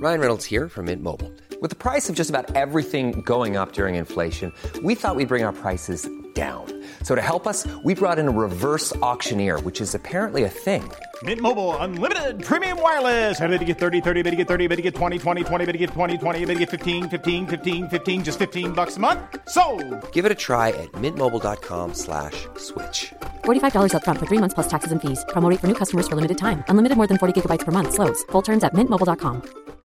Ryan Reynolds here from Mint Mobile. With the price of just about everything going up during inflation, we thought we'd bring our prices down. So to help us, we brought in a reverse auctioneer, which is apparently a thing. Mint Mobile Unlimited Premium Wireless. How to get 30, 30, bit to get 30, bit to get 20, 20, 20, bit to get 20, 20, bit to get 15, 15, 15, 15, just $15 a month? Sold! Give it a try at mintmobile.com/switch. $45 up front for 3 months plus taxes and fees. Promo rate for new customers for limited time. Unlimited more than 40 gigabytes per month. Slows full terms at mintmobile.com.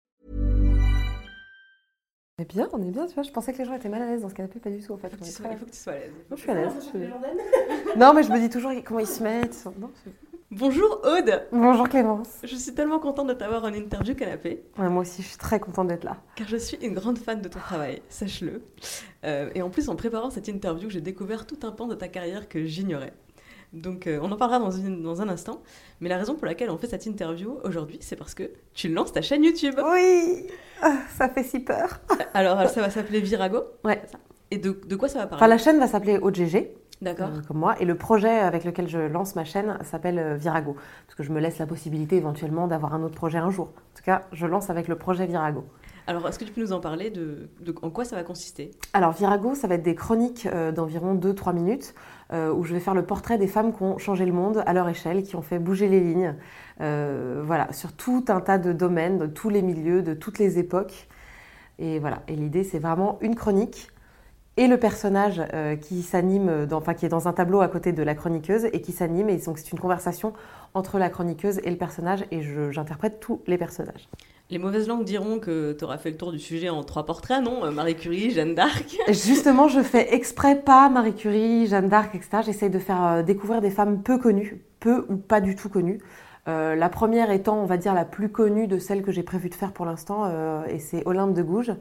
On est bien, tu vois, je pensais que les gens étaient mal à l'aise dans ce canapé, pas du tout en fait. Il faut que tu sois à l'aise. Non, je suis à l'aise. Non, mais je me dis toujours comment ils se mettent. Non, Bonjour Aude. Bonjour Clémence. Je suis tellement contente de t'avoir en interview canapé. Ouais, moi aussi, je suis très contente d'être là. Car je suis une grande fan de ton travail, sache-le. Et en plus, en préparant cette interview, j'ai découvert tout un pan de ta carrière que j'ignorais. Donc on en parlera dans un instant. Mais la raison pour laquelle on fait cette interview aujourd'hui, c'est parce que tu lances ta chaîne YouTube. Oui, ça fait si peur. Alors ça va s'appeler Virago. Ouais. Et de quoi ça va parler? Enfin, la chaîne va s'appeler OGG. D'accord. Comme moi. Et le projet avec lequel je lance ma chaîne s'appelle Virago. Parce que je me laisse la possibilité éventuellement d'avoir un autre projet un jour. En tout cas, je lance avec le projet Virago. Alors, est-ce que tu peux nous en parler de en quoi ça va consister? Alors, Virago, ça va être des chroniques d'environ 2-3 minutes où je vais faire le portrait des femmes qui ont changé le monde à leur échelle, qui ont fait bouger les lignes, voilà, sur tout un tas de domaines, de tous les milieux, de toutes les époques. Et voilà. Et l'idée, c'est vraiment une chronique et le personnage qui s'anime, qui est dans un tableau à côté de la chroniqueuse et qui s'anime. Et donc, c'est une conversation entre la chroniqueuse et le personnage et j'interprète tous les personnages. Les mauvaises langues diront que tu auras fait le tour du sujet en 3 portraits, non? Marie Curie, Jeanne d'Arc. Justement, je fais exprès pas Marie Curie, Jeanne d'Arc, etc. J'essaye de faire découvrir des femmes peu connues, peu ou pas du tout connues. La première étant, on va dire, la plus connue de celles que j'ai prévu de faire pour l'instant, et c'est Olympe de Gouges,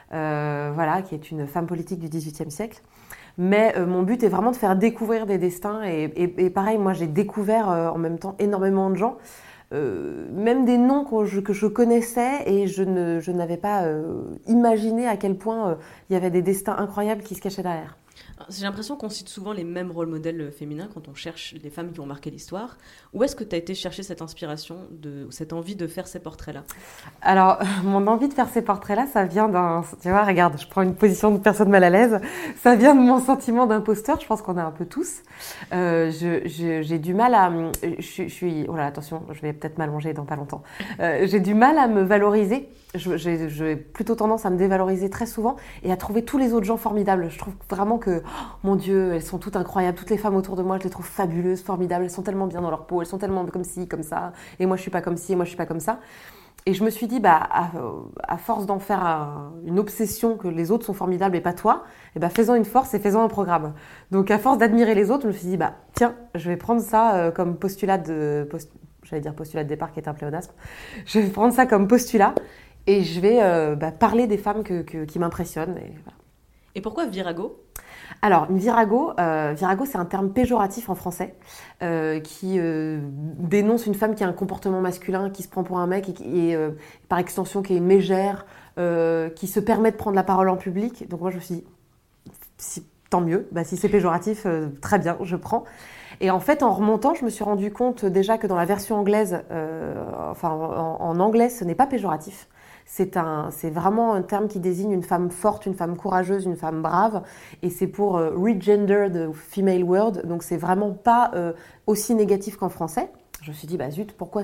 voilà, qui est une femme politique du XVIIIe siècle. Mais mon but est vraiment de faire découvrir des destins. Et pareil, moi, j'ai découvert en même temps énormément de gens. Même des noms que je connaissais et je n'avais pas imaginé à quel point il y avait des destins incroyables qui se cachaient derrière. J'ai l'impression qu'on cite souvent les mêmes rôles modèles féminins quand on cherche les femmes qui ont marqué l'histoire. Où est-ce que tu as été chercher cette inspiration, cette envie de faire ces portraits-là? Alors, mon envie de faire ces portraits-là, ça vient d'un... Tu vois, regarde, je prends une position de personne mal à l'aise. Ça vient de mon sentiment d'imposteur, je pense qu'on a un peu tous. J'ai du mal à... Je suis... Oh là, attention, je vais peut-être m'allonger dans pas longtemps. J'ai du mal à me valoriser. J'ai plutôt tendance à me dévaloriser très souvent et à trouver tous les autres gens formidables. Je trouve vraiment que, oh, mon Dieu, elles sont toutes incroyables. Toutes les femmes autour de moi, je les trouve fabuleuses, formidables. Elles sont tellement bien dans leur peau, elles sont tellement comme ci, comme ça. Et moi, je suis pas comme ci, et moi, je suis pas comme ça. Et je me suis dit, à force d'en faire une obsession que les autres sont formidables et pas toi, fais-en une force et fais-en un programme. Donc, à force d'admirer les autres, je me suis dit, tiens, je vais prendre ça comme postulat j'allais dire postulat de départ qui est un pléonasme. Je vais prendre ça comme postulat et je vais parler des femmes qui m'impressionnent. Et, voilà. Et pourquoi Virago? Alors, une virago, c'est un terme péjoratif en français qui dénonce une femme qui a un comportement masculin, qui se prend pour un mec et par extension qui est une mégère, qui se permet de prendre la parole en public. Donc moi, je me suis dit, tant mieux, si c'est péjoratif, très bien, je prends. Et en fait, en remontant, je me suis rendu compte déjà que dans la version anglaise, en anglais, ce n'est pas péjoratif. C'est vraiment un terme qui désigne une femme forte, une femme courageuse, une femme brave. Et c'est pour regender the female world. Donc, c'est vraiment pas aussi négatif qu'en français. Je me suis dit, zut, pourquoi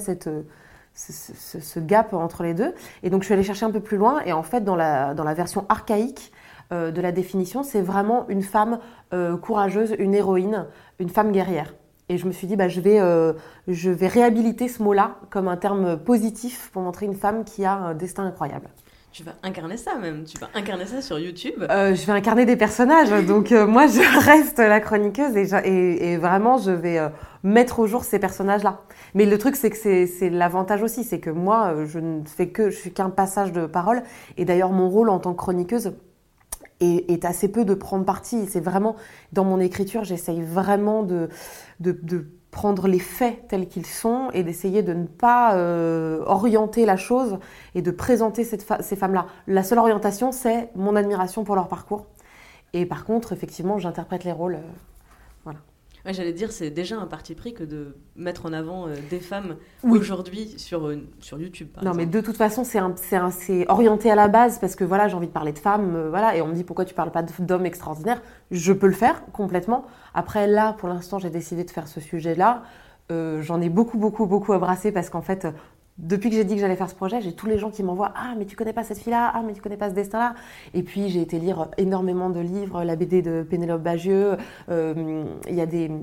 ce gap entre les deux? Et donc, je suis allée chercher un peu plus loin. Et en fait, dans la version archaïque de la définition, c'est vraiment une femme courageuse, une héroïne, une femme guerrière. Et je me suis dit, je vais réhabiliter ce mot-là comme un terme positif pour montrer une femme qui a un destin incroyable. Tu vas incarner ça même, tu vas incarner ça sur YouTube. Je vais incarner des personnages, donc moi je reste la chroniqueuse et vraiment je vais mettre au jour ces personnages-là. Mais le truc c'est que c'est l'avantage aussi, c'est que moi je suis qu'un passage de parole et d'ailleurs mon rôle en tant que chroniqueuse est assez peu de prendre parti. C'est vraiment, dans mon écriture, j'essaye vraiment de prendre les faits tels qu'ils sont et d'essayer de ne pas orienter la chose et de présenter ces femmes-là. La seule orientation, c'est mon admiration pour leur parcours. Et par contre, effectivement, j'interprète les rôles. Voilà. Ouais, j'allais dire, c'est déjà un parti pris que de mettre en avant des femmes Oui. aujourd'hui sur YouTube, par Non, exemple. mais de toute façon, c'est orienté à la base parce que voilà, j'ai envie de parler de femmes, voilà, et on me dit pourquoi tu parles pas d'hommes extraordinaires. Je peux le faire complètement. Après, là, pour l'instant, j'ai décidé de faire ce sujet-là. J'en ai beaucoup à brasser parce qu'en fait, depuis que j'ai dit que j'allais faire ce projet, j'ai tous les gens qui m'envoient « Ah, mais tu connais pas cette fille-là, ah, mais tu connais pas ce destin-là ». Et puis, j'ai été lire énormément de livres, la BD de Pénélope Bagieux, il y a des,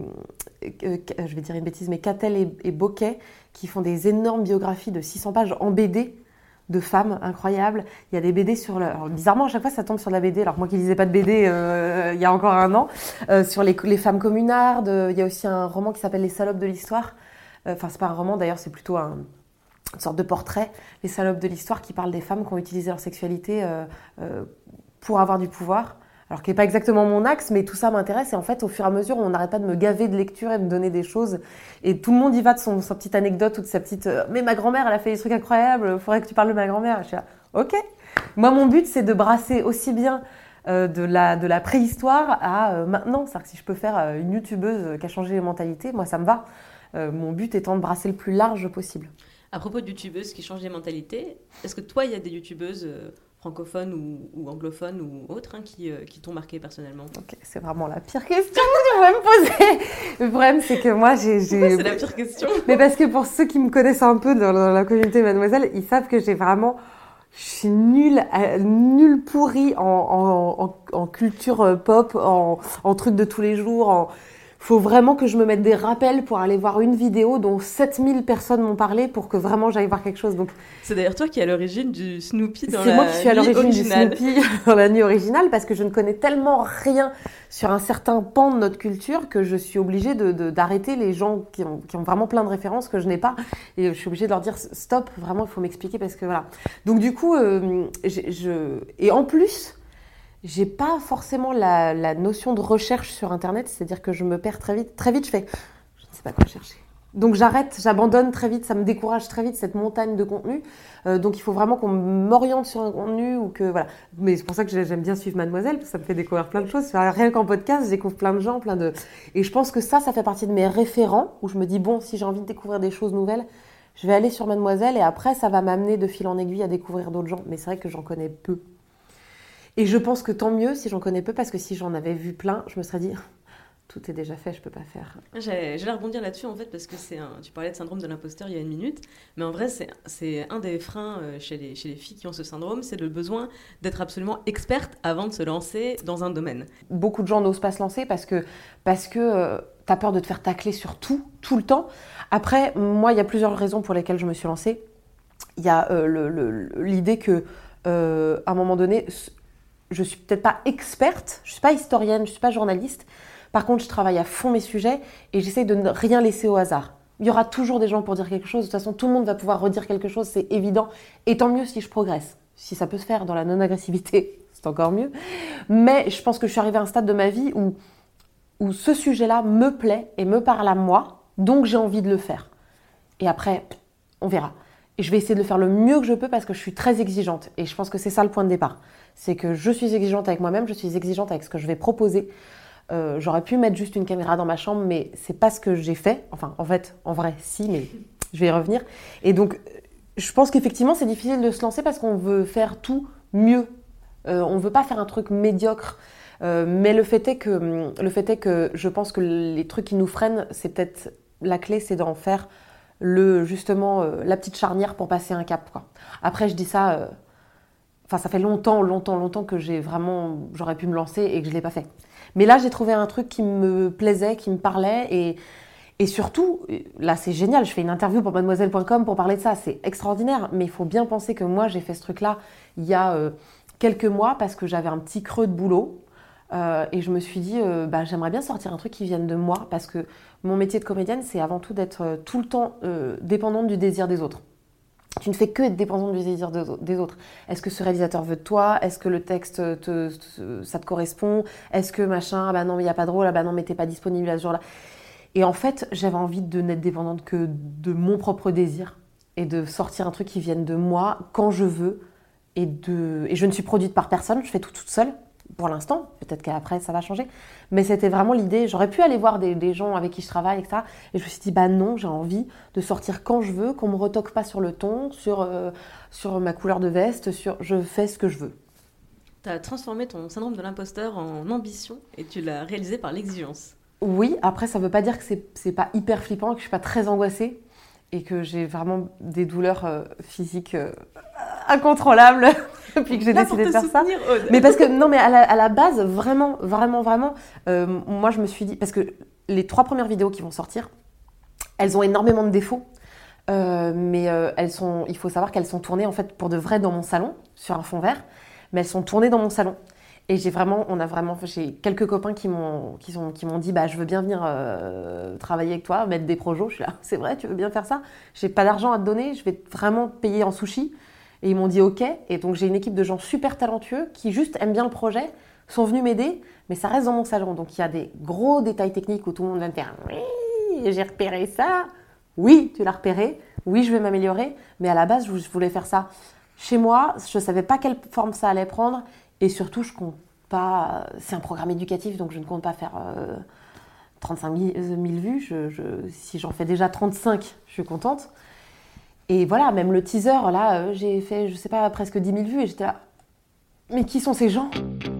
je vais dire une bêtise, mais Catel et Bocquet qui font des énormes biographies de 600 pages en BD de femmes incroyables. Il y a des BD sur le... Alors, bizarrement, à chaque fois, ça tombe sur la BD. Alors, moi qui lisais pas de BD il y a encore un an, sur les femmes communardes. Il y a aussi un roman qui s'appelle Les salopes de l'histoire. Enfin, c'est pas un roman, d'ailleurs, c'est plutôt une sorte de portrait. Les salopes de l'histoire qui parlent des femmes qui ont utilisé leur sexualité pour avoir du pouvoir. Alors, qui n'est pas exactement mon axe, mais tout ça m'intéresse. Et en fait, au fur et à mesure, on n'arrête pas de me gaver de lecture et de me donner des choses. Et tout le monde y va de sa petite anecdote ou de sa petite... mais ma grand-mère, elle a fait des trucs incroyables, il faudrait que tu parles de ma grand-mère. Je suis là, ok. Moi, mon but, c'est de brasser aussi bien de la préhistoire à maintenant. C'est-à-dire que si je peux faire une youtubeuse qui a changé les mentalités, moi, ça me va. Mon but étant de brasser le plus large possible. À propos de youtubeuses qui changent les mentalités, est-ce que toi, il y a des youtubeuses francophones ou anglophones ou autres qui t'ont marqué personnellement? Ok, c'est vraiment la pire question que tu pourrais me poser. Le problème, c'est que moi, Pourquoi c'est la pire question? Mais parce que pour ceux qui me connaissent un peu dans la communauté Mademoiselle, ils savent que j'ai vraiment... Je suis nulle pourrie en culture pop, en trucs de tous les jours, faut vraiment que je me mette des rappels pour aller voir une vidéo dont 7000 personnes m'ont parlé pour que vraiment j'aille voir quelque chose. Donc, c'est d'ailleurs toi qui es à l'origine du Snoopy dans la nuit originale. C'est moi qui suis à l'origine du Snoopy dans la nuit originale parce que je ne connais tellement rien sur un certain pan de notre culture que je suis obligée d'arrêter les gens qui ont vraiment plein de références que je n'ai pas. Et je suis obligée de leur dire stop, vraiment, il faut m'expliquer parce que voilà. Donc du coup, et en plus... J'ai pas forcément la notion de recherche sur Internet, c'est-à-dire que je me perds très vite. Très vite, je fais, je ne sais pas quoi chercher. Donc j'arrête, j'abandonne très vite, ça me décourage très vite cette montagne de contenu. Donc il faut vraiment qu'on m'oriente sur un contenu ou que voilà. Mais c'est pour ça que j'aime bien suivre Mademoiselle, parce que ça me fait découvrir plein de choses. Rien qu'en podcast, je découvre plein de gens, Et je pense que ça fait partie de mes référents où je me dis bon, si j'ai envie de découvrir des choses nouvelles, je vais aller sur Mademoiselle et après ça va m'amener de fil en aiguille à découvrir d'autres gens. Mais c'est vrai que j'en connais peu. Et je pense que tant mieux si j'en connais peu, parce que si j'en avais vu plein, je me serais dit, tout est déjà fait, je peux pas faire. J'allais rebondir là-dessus en fait, parce que tu parlais de syndrome de l'imposteur il y a une minute, mais en vrai c'est un des freins chez les filles qui ont ce syndrome, c'est le besoin d'être absolument experte avant de se lancer dans un domaine. Beaucoup de gens n'osent pas se lancer parce que t'as peur de te faire tacler sur tout le temps. Après, moi, il y a plusieurs raisons pour lesquelles je me suis lancée. Il y a l'idée que, à un moment donné... Je suis peut-être pas experte, je suis pas historienne, je suis pas journaliste. Par contre, je travaille à fond mes sujets et j'essaie de ne rien laisser au hasard. Il y aura toujours des gens pour dire quelque chose. De toute façon, tout le monde va pouvoir redire quelque chose, c'est évident. Et tant mieux si je progresse. Si ça peut se faire dans la non-agressivité, c'est encore mieux. Mais je pense que je suis arrivée à un stade de ma vie où ce sujet-là me plaît et me parle à moi, donc j'ai envie de le faire. Et après, on verra. Et je vais essayer de le faire le mieux que je peux parce que je suis très exigeante. Et je pense que c'est ça le point de départ. C'est que je suis exigeante avec moi-même, je suis exigeante avec ce que je vais proposer. J'aurais pu mettre juste une caméra dans ma chambre, mais c'est pas ce que j'ai fait. Enfin, en vrai, si, mais je vais y revenir. Et donc, je pense qu'effectivement, c'est difficile de se lancer parce qu'on veut faire tout mieux. On veut pas faire un truc médiocre. Mais le fait est que je pense que les trucs qui nous freinent, c'est peut-être la clé, c'est d'en faire justement la petite charnière pour passer un cap, quoi. Après, je dis ça, ça fait longtemps que j'aurais pu me lancer et que je l'ai pas fait. Mais là, j'ai trouvé un truc qui me plaisait, qui me parlait et surtout, là, c'est génial. Je fais une interview pour mademoiselle.com pour parler de ça. C'est extraordinaire. Mais il faut bien penser que moi, j'ai fait ce truc-là il y a quelques mois parce que j'avais un petit creux de boulot. Et je me suis dit, j'aimerais bien sortir un truc qui vienne de moi parce que mon métier de comédienne, c'est avant tout d'être tout le temps dépendante du désir des autres. Tu ne fais que être dépendante du désir des autres. Est-ce que ce réalisateur veut de toi? Est-ce que le texte, ça te correspond? Est-ce que machin, ah bah non, mais il n'y a pas de rôle, ah bah non, mais t'es pas disponible à ce jour-là. Et en fait, j'avais envie de n'être dépendante que de mon propre désir et de sortir un truc qui vienne de moi quand je veux. Et je ne suis produite par personne, je fais tout toute seule. pour l'instant, peut-être qu'après ça va changer, mais c'était vraiment l'idée, j'aurais pu aller voir des gens avec qui je travaille, etc. Et je me suis dit, bah non, j'ai envie de sortir quand je veux, qu'on me retoque pas sur le ton, sur ma couleur de veste, je fais ce que je veux. Tu as transformé ton syndrome de l'imposteur en ambition et tu l'as réalisé par l'exigence. Oui, après ça veut pas dire que c'est pas hyper flippant, que je suis pas très angoissée et que j'ai vraiment des douleurs physiques incontrôlables depuis que j'ai décidé de faire ça. Aude. Mais parce que, non, mais à la base, vraiment, moi je me suis dit, parce que les 3 premières vidéos qui vont sortir, elles ont énormément de défauts, mais il faut savoir qu'elles sont tournées en fait pour de vrai dans mon salon, sur un fond vert, mais elles sont tournées dans mon salon. Et j'ai quelques copains qui m'ont dit, bah, je veux bien venir travailler avec toi, mettre des projets. Je suis là, c'est vrai, tu veux bien faire ça? J'ai pas d'argent à te donner, je vais vraiment te payer en sushi. Et ils m'ont dit ok. Et donc j'ai une équipe de gens super talentueux qui juste aiment bien le projet, sont venus m'aider, mais ça reste dans mon salon. Donc il y a des gros détails techniques où tout le monde va me faire oui, j'ai repéré ça. Oui, tu l'as repéré. Oui, je vais m'améliorer. Mais à la base, je voulais faire ça chez moi. Je savais pas quelle forme ça allait prendre. Et surtout, je compte pas. C'est un programme éducatif, donc je ne compte pas faire 35 000 vues. Si j'en fais déjà 35, je suis contente. Et voilà, même le teaser, là, j'ai fait, je sais pas, presque 10 000 vues. Et j'étais là, mais qui sont ces gens ?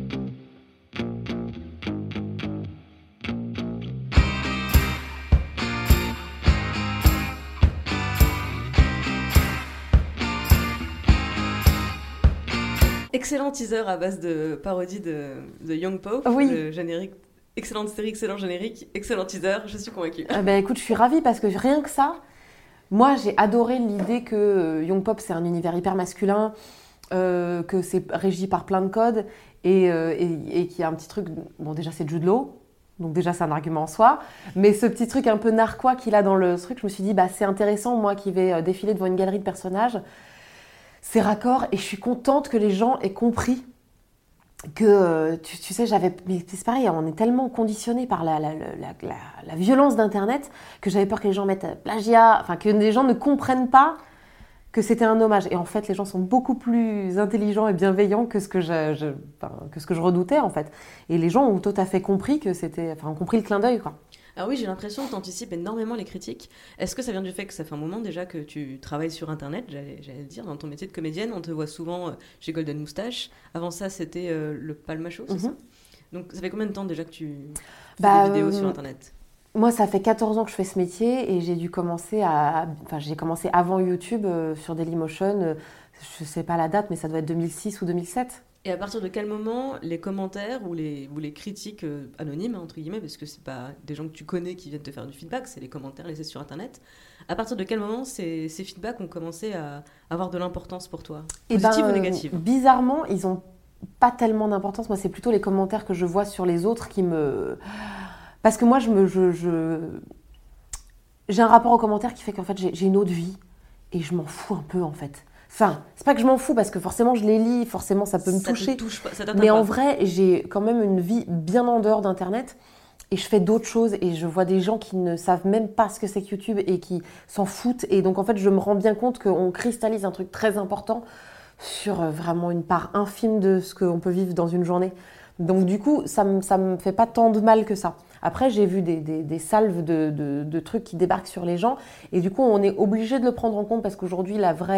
Excellent teaser à base de parodie de Young Pope, oui. Le générique. Excellente série, excellent générique, excellent teaser, je suis convaincue. Écoute, je suis ravie parce que rien que ça, moi j'ai adoré l'idée que Young Pope c'est un univers hyper masculin, que c'est régi par plein de codes et qu'il y a un petit truc, bon déjà c'est Jude Law, donc déjà c'est un argument en soi, mais ce petit truc un peu narquois qu'il a dans le truc, je me suis dit bah c'est intéressant, moi qui vais défiler devant une galerie de personnages, c'est raccord et je suis contente que les gens aient compris que, tu sais, mais c'est pareil, on est tellement conditionné par la violence d'Internet que j'avais peur que les gens mettent plagiat, enfin que les gens ne comprennent pas que c'était un hommage. Et en fait, les gens sont beaucoup plus intelligents et bienveillants que ce que je redoutais, en fait. Et les gens ont tout à fait compris ont compris le clin d'œil, quoi. Alors oui, j'ai l'impression que tu anticipes énormément les critiques. Est-ce que ça vient du fait que ça fait un moment déjà que tu travailles sur Internet, j'allais le dire, dans ton métier de comédienne, on te voit souvent chez Golden Moustache. Avant ça, c'était le Palmacho, c'est ça ? Donc ça fait combien de temps déjà que tu fais des vidéos sur Internet ? Moi, ça fait 14 ans que je fais ce métier et j'ai commencé avant YouTube sur Dailymotion. Je sais pas la date, mais ça doit être 2006 ou 2007. Et à partir de quel moment les commentaires ou les critiques anonymes, entre guillemets, parce que c'est pas des gens que tu connais qui viennent te faire du feedback, c'est les commentaires laissés sur Internet, à partir de quel moment ces feedbacks ont commencé à avoir de l'importance pour toi ? Positive ou négative ? Bizarrement, ils ont pas tellement d'importance. Moi, c'est plutôt les commentaires que je vois sur les autres qui me... Parce que moi, j'ai un rapport aux commentaires qui fait qu'en fait, j'ai une autre vie et je m'en fous un peu, en fait. Enfin, c'est pas que je m'en fous parce que forcément je les lis, forcément ça peut me toucher. Mais en vrai, j'ai quand même une vie bien en dehors d'Internet et je fais d'autres choses et je vois des gens qui ne savent même pas ce que c'est que YouTube et qui s'en foutent. Et donc en fait, je me rends bien compte qu'on cristallise un truc très important sur vraiment une part infime de ce qu'on peut vivre dans une journée. Donc du coup, ça me fait pas tant de mal que ça. Après, j'ai vu des salves de trucs qui débarquent sur les gens et du coup, on est obligé de le prendre en compte parce qu'aujourd'hui,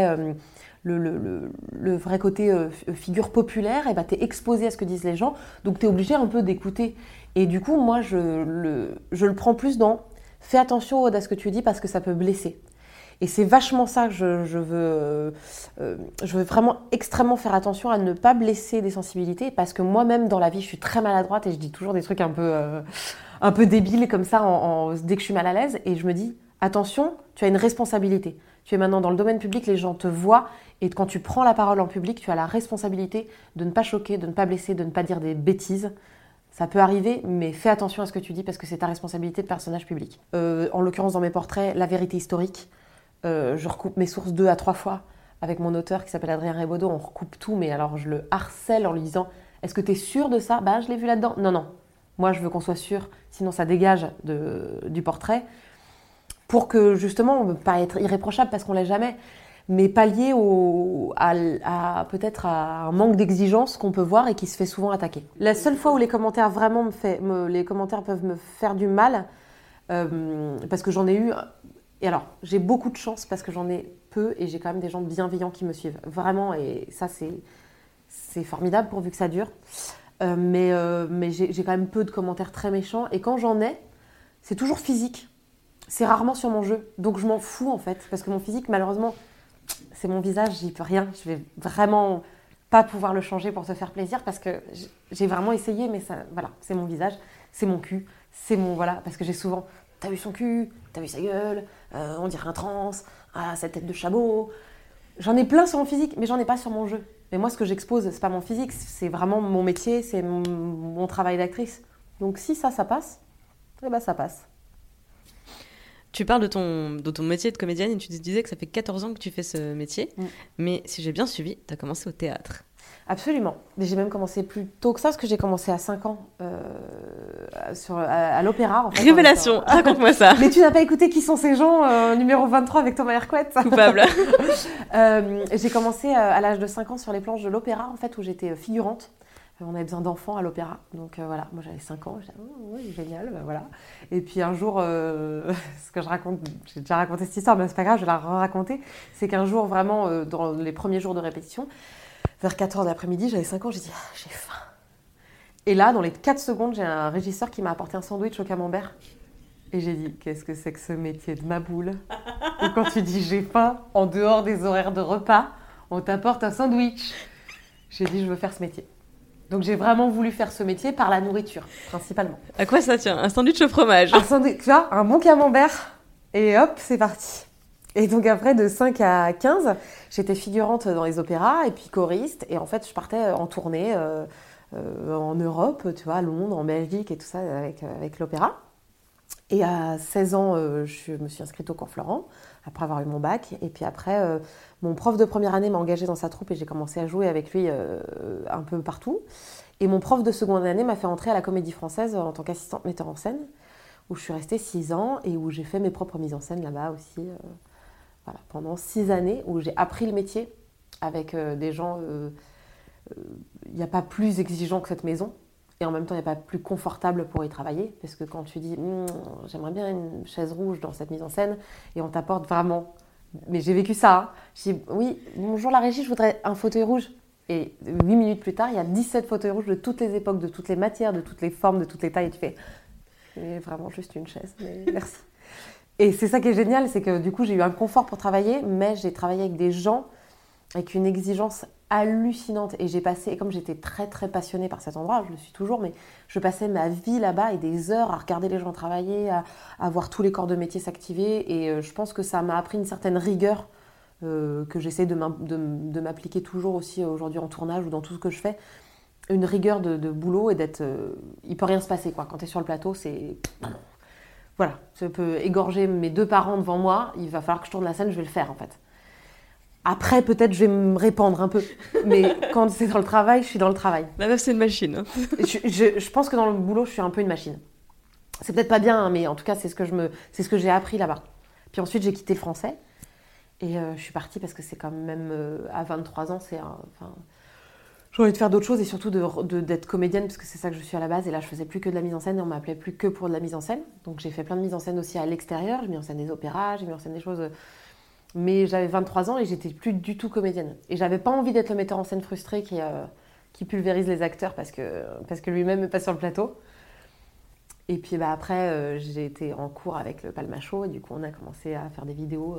le vrai côté figure populaire, t'es exposé à ce que disent les gens, donc t'es obligé un peu d'écouter. Et du coup, moi, je le prends plus dans « fais attention à ce que tu dis parce que ça peut blesser ». Et c'est vachement ça que je veux vraiment extrêmement faire attention à ne pas blesser des sensibilités parce que moi-même, dans la vie, je suis très maladroite et je dis toujours des trucs un peu débiles comme ça dès que je suis mal à l'aise. Et je me dis, attention, tu as une responsabilité. Tu es maintenant dans le domaine public, les gens te voient et quand tu prends la parole en public, tu as la responsabilité de ne pas choquer, de ne pas blesser, de ne pas dire des bêtises. Ça peut arriver, mais fais attention à ce que tu dis parce que c'est ta responsabilité de personnage public. En l'occurrence, dans mes portraits, la vérité historique. Je recoupe mes sources 2 à 3 fois avec mon auteur qui s'appelle Adrien Rebaudot. On recoupe tout, mais alors je le harcèle en lui disant « Est-ce que tu es sûr de ça ?»« Bah, je l'ai vu là-dedans. » Non. Moi, je veux qu'on soit sûr, sinon ça dégage du portrait. Pour que, justement, on ne peut pas être irréprochable parce qu'on ne l'est jamais. mais pallier peut-être à un manque d'exigence qu'on peut voir et qui se fait souvent attaquer. La seule fois où les commentaires vraiment les commentaires peuvent me faire du mal, parce que j'en ai eu, et alors j'ai beaucoup de chance parce que j'en ai peu et j'ai quand même des gens bienveillants qui me suivent, vraiment, et ça c'est formidable pourvu que ça dure. Mais j'ai quand même peu de commentaires très méchants, et quand j'en ai, c'est toujours physique. C'est rarement sur mon jeu, donc je m'en fous en fait, parce que mon physique, malheureusement, c'est mon visage, j'y peux rien. Je vais vraiment pas pouvoir le changer pour te faire plaisir, parce que j'ai vraiment essayé, mais ça, voilà, c'est mon visage, c'est mon cul, c'est mon, voilà, parce que j'ai souvent, t'as vu son cul, t'as vu sa gueule, on dirait un trans, ah, sa tête de chabot. J'en ai plein sur mon physique, mais j'en ai pas sur mon jeu. Mais moi, ce que j'expose, c'est pas mon physique, c'est vraiment mon métier, c'est mon travail d'actrice. Donc si ça passe, eh ben ça passe. Tu parles de ton métier de comédienne et tu disais que ça fait 14 ans que tu fais ce métier. Mais si j'ai bien suivi, tu as commencé au théâtre. Absolument. Mais j'ai même commencé plus tôt que ça, parce que j'ai commencé à 5 ans à l'opéra. En fait, révélation, raconte-moi ça. Mais tu n'as pas écouté Qui sont ces gens, numéro 23 avec Thomas Hercouet. Coupable. J'ai commencé à l'âge de 5 ans sur les planches de l'opéra, en fait, où j'étais figurante. On avait besoin d'enfants à l'opéra, donc voilà, moi j'avais 5 ans, j'étais oui, génial, ben voilà. Et puis un jour, ce que je raconte, j'ai déjà raconté cette histoire, mais c'est pas grave, je vais la raconter, c'est qu'un jour vraiment, dans les premiers jours de répétition, vers 4h de l'après-midi, j'avais 5 ans, j'ai dit j'ai faim. Et là, dans les 4 secondes, j'ai un régisseur qui m'a apporté un sandwich au camembert, et j'ai dit qu'est-ce que c'est que ce métier de ma boule. Et quand tu dis j'ai faim, en dehors des horaires de repas, on t'apporte un sandwich. J'ai dit je veux faire ce métier. Donc j'ai vraiment voulu faire ce métier par la nourriture, principalement. À quoi ça tient ? Un sandwich au fromage ? Un sandwich, tu vois, un bon camembert, et hop, c'est parti. Et donc après, de 5 à 15, j'étais figurante dans les opéras, et puis choriste, et en fait, je partais en tournée en Europe, tu vois, à Londres, en Belgique, et tout ça, avec l'opéra. Et à 16 ans, je me suis inscrite au Cours Florent, après avoir eu mon bac. Et puis après, mon prof de première année m'a engagée dans sa troupe et j'ai commencé à jouer avec lui un peu partout. Et mon prof de seconde année m'a fait entrer à la Comédie Française en tant qu'assistante metteur en scène, où je suis restée 6 ans et où j'ai fait mes propres mises en scène là-bas aussi, voilà, pendant 6 années, où j'ai appris le métier avec des gens... Il n'y a pas plus exigeant que cette maison. Et en même temps, il n'y a pas plus confortable pour y travailler, parce que quand tu dis « j'aimerais bien une chaise rouge dans cette mise en scène », et on t'apporte vraiment... Mais j'ai vécu ça, hein. Je dis « oui, bonjour la régie, je voudrais un fauteuil rouge ». Et 8 minutes plus tard, il y a 17 fauteuils rouges de toutes les époques, de toutes les matières, de toutes les formes, de toutes les tailles, et tu fais « c'est vraiment juste une chaise, mais merci ». Et c'est ça qui est génial, c'est que du coup, j'ai eu un confort pour travailler, mais j'ai travaillé avec des gens avec une exigence hallucinante. Et j'ai passé, et comme j'étais très très passionnée par cet endroit, je le suis toujours, mais je passais ma vie là-bas et des heures à regarder les gens travailler, à voir tous les corps de métier s'activer. Et je pense que ça m'a appris une certaine rigueur que j'essaie de m'appliquer toujours aussi aujourd'hui en tournage ou dans tout ce que je fais. Une rigueur de boulot et d'être... il peut rien se passer, quoi. Quand tu es sur le plateau, c'est... Voilà, je peux égorger mes 2 parents devant moi, il va falloir que je tourne la scène, je vais le faire en fait. Après, peut-être, je vais me répandre un peu. Mais quand c'est dans le travail, je suis dans le travail. La meuf, c'est une machine. Hein. Je pense que dans le boulot, je suis un peu une machine. C'est peut-être pas bien, hein, mais en tout cas, c'est ce que j'ai appris là-bas. Puis ensuite, j'ai quitté le français. Et je suis partie parce que c'est quand même... à 23 ans, j'ai envie de faire d'autres choses et surtout d'être comédienne, parce que c'est ça que je suis à la base. Et là, je faisais plus que de la mise en scène et on m'appelait plus que pour de la mise en scène. Donc, j'ai fait plein de mises en scène aussi à l'extérieur. J'ai mis en scène des opéras, j'ai mis en scène des choses... Mais j'avais 23 ans et j'étais plus du tout comédienne. Et j'avais pas envie d'être le metteur en scène frustré qui pulvérise les acteurs parce que lui-même n'est pas sur le plateau. Et puis après, j'ai été en cours avec le Palmachot et du coup, on a commencé à faire des vidéos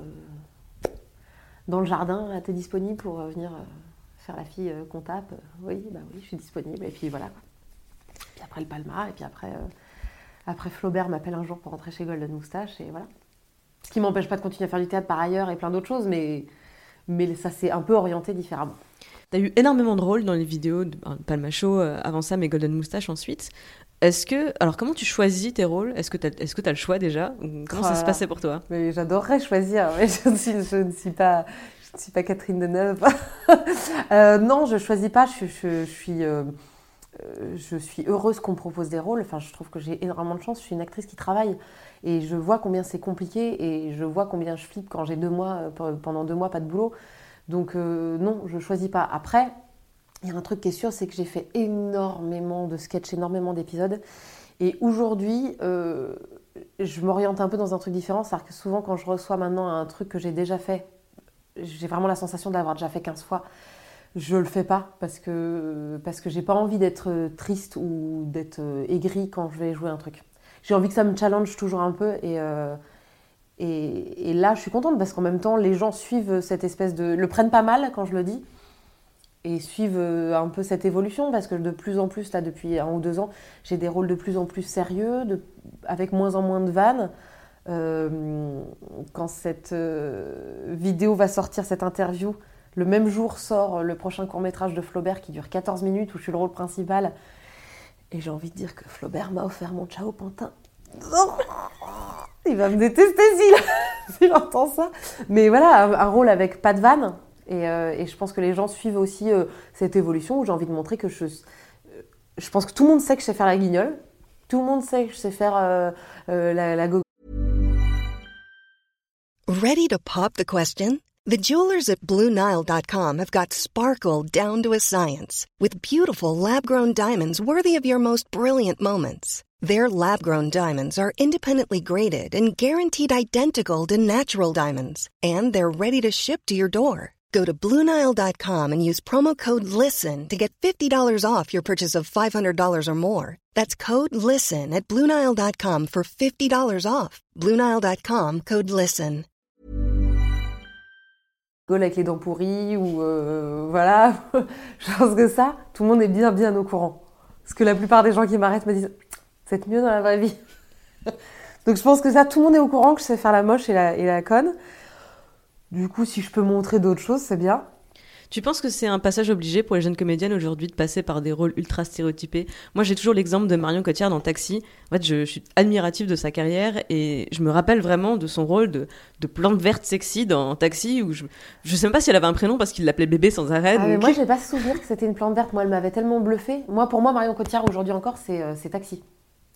dans le jardin. « T'es disponible pour venir faire la fille qu'on tape ?» Oui, je suis disponible. Et puis voilà. Puis après le Palma et puis après Flaubert m'appelle un jour pour rentrer chez Golden Moustache et voilà. Ce qui ne m'empêche pas de continuer à faire du théâtre par ailleurs et plein d'autres choses, mais ça s'est un peu orienté différemment. Tu as eu énormément de rôles dans les vidéos de Palmachot avant ça, mais Golden Moustache ensuite. Alors comment tu choisis tes rôles ? Est-ce que tu as le choix déjà ? Comment ça se passait pour toi ? Mais j'adorerais choisir, mais je ne suis pas Catherine Deneuve. Non, je ne choisis pas, je suis... je suis heureuse qu'on me propose des rôles. Enfin, je trouve que j'ai énormément de chance. Je suis une actrice qui travaille et je vois combien c'est compliqué et je vois combien je flippe quand j'ai pendant 2 mois, pas de boulot. Donc non, je choisis pas. Après, il y a un truc qui est sûr, c'est que j'ai fait énormément de sketchs, énormément d'épisodes. Et aujourd'hui, je m'oriente un peu dans un truc différent. C'est-à-dire que souvent, quand je reçois maintenant un truc que j'ai déjà fait, j'ai vraiment la sensation de l'avoir déjà fait 15 fois. Je le fais pas parce que j'ai pas envie d'être triste ou d'être aigrie quand je vais jouer un truc. J'ai envie que ça me challenge toujours un peu et là je suis contente parce qu'en même temps les gens suivent cette espèce de... le prennent pas mal quand je le dis et suivent un peu cette évolution parce que de plus en plus, là depuis 1 ou 2 ans, j'ai des rôles de plus en plus sérieux, avec moins en moins de vannes. Quand cette vidéo va sortir, cette interview, le même jour sort le prochain court-métrage de Flaubert qui dure 14 minutes où je suis le rôle principal. Et j'ai envie de dire que Flaubert m'a offert mon Ciao Pantin. Il va me détester s'il entend ça. Mais voilà, un rôle avec pas de vanne. Et je pense que les gens suivent aussi cette évolution où j'ai envie de montrer que je pense que tout le monde sait que je sais faire la guignole. Tout le monde sait que je sais faire la go. Ready to pop the question? The jewelers at BlueNile.com have got sparkle down to a science with beautiful lab-grown diamonds worthy of your most brilliant moments. Their lab-grown diamonds are independently graded and guaranteed identical to natural diamonds, and they're ready to ship to your door. Go to BlueNile.com and use promo code LISTEN to get $50 off your purchase of $500 or more. That's code LISTEN at BlueNile.com for $50 off. BlueNile.com, code LISTEN. Avec les dents pourries ou voilà, je pense que ça, tout le monde est bien au courant. Parce que la plupart des gens qui m'arrêtent me disent « c'est mieux dans la vraie vie ». Donc je pense que ça, tout le monde est au courant que je sais faire la moche et la conne. Du coup, si je peux montrer d'autres choses, c'est bien. Tu penses que c'est un passage obligé pour les jeunes comédiennes aujourd'hui de passer par des rôles ultra stéréotypés ? Moi, j'ai toujours l'exemple de Marion Cotillard dans Taxi. En fait, je suis admirative de sa carrière et je me rappelle vraiment de son rôle de plante verte sexy dans Taxi où je sais même pas si elle avait un prénom parce qu'il l'appelait bébé sans arrêt. Mais moi, j'ai pas souvenir que c'était une plante verte. Moi, elle m'avait tellement bluffée. Pour moi, Marion Cotillard aujourd'hui encore, c'est Taxi.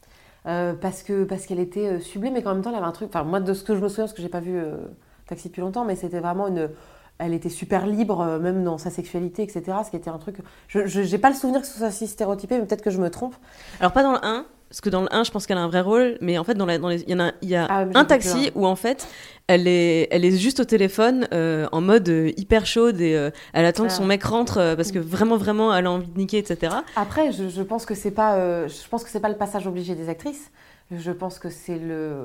Parce qu'elle était sublime, mais qu'en même temps, elle avait un truc. Enfin, moi, de ce que je me souviens, parce que j'ai pas vu Taxi depuis longtemps, mais c'était vraiment elle était super libre, même dans sa sexualité, etc. Ce qui était un truc... Je n'ai pas le souvenir que ce soit si stéréotypé, mais peut-être que je me trompe. Alors, pas dans le 1, parce que dans le 1, je pense qu'elle a un vrai rôle, mais en fait, il y a un Taxi où, en fait, elle est juste au téléphone, en mode hyper chaude, et elle attend que son mec rentre, parce que vraiment, elle a envie de niquer, etc. Après, je pense que c'est pas le passage obligé des actrices. Je pense que c'est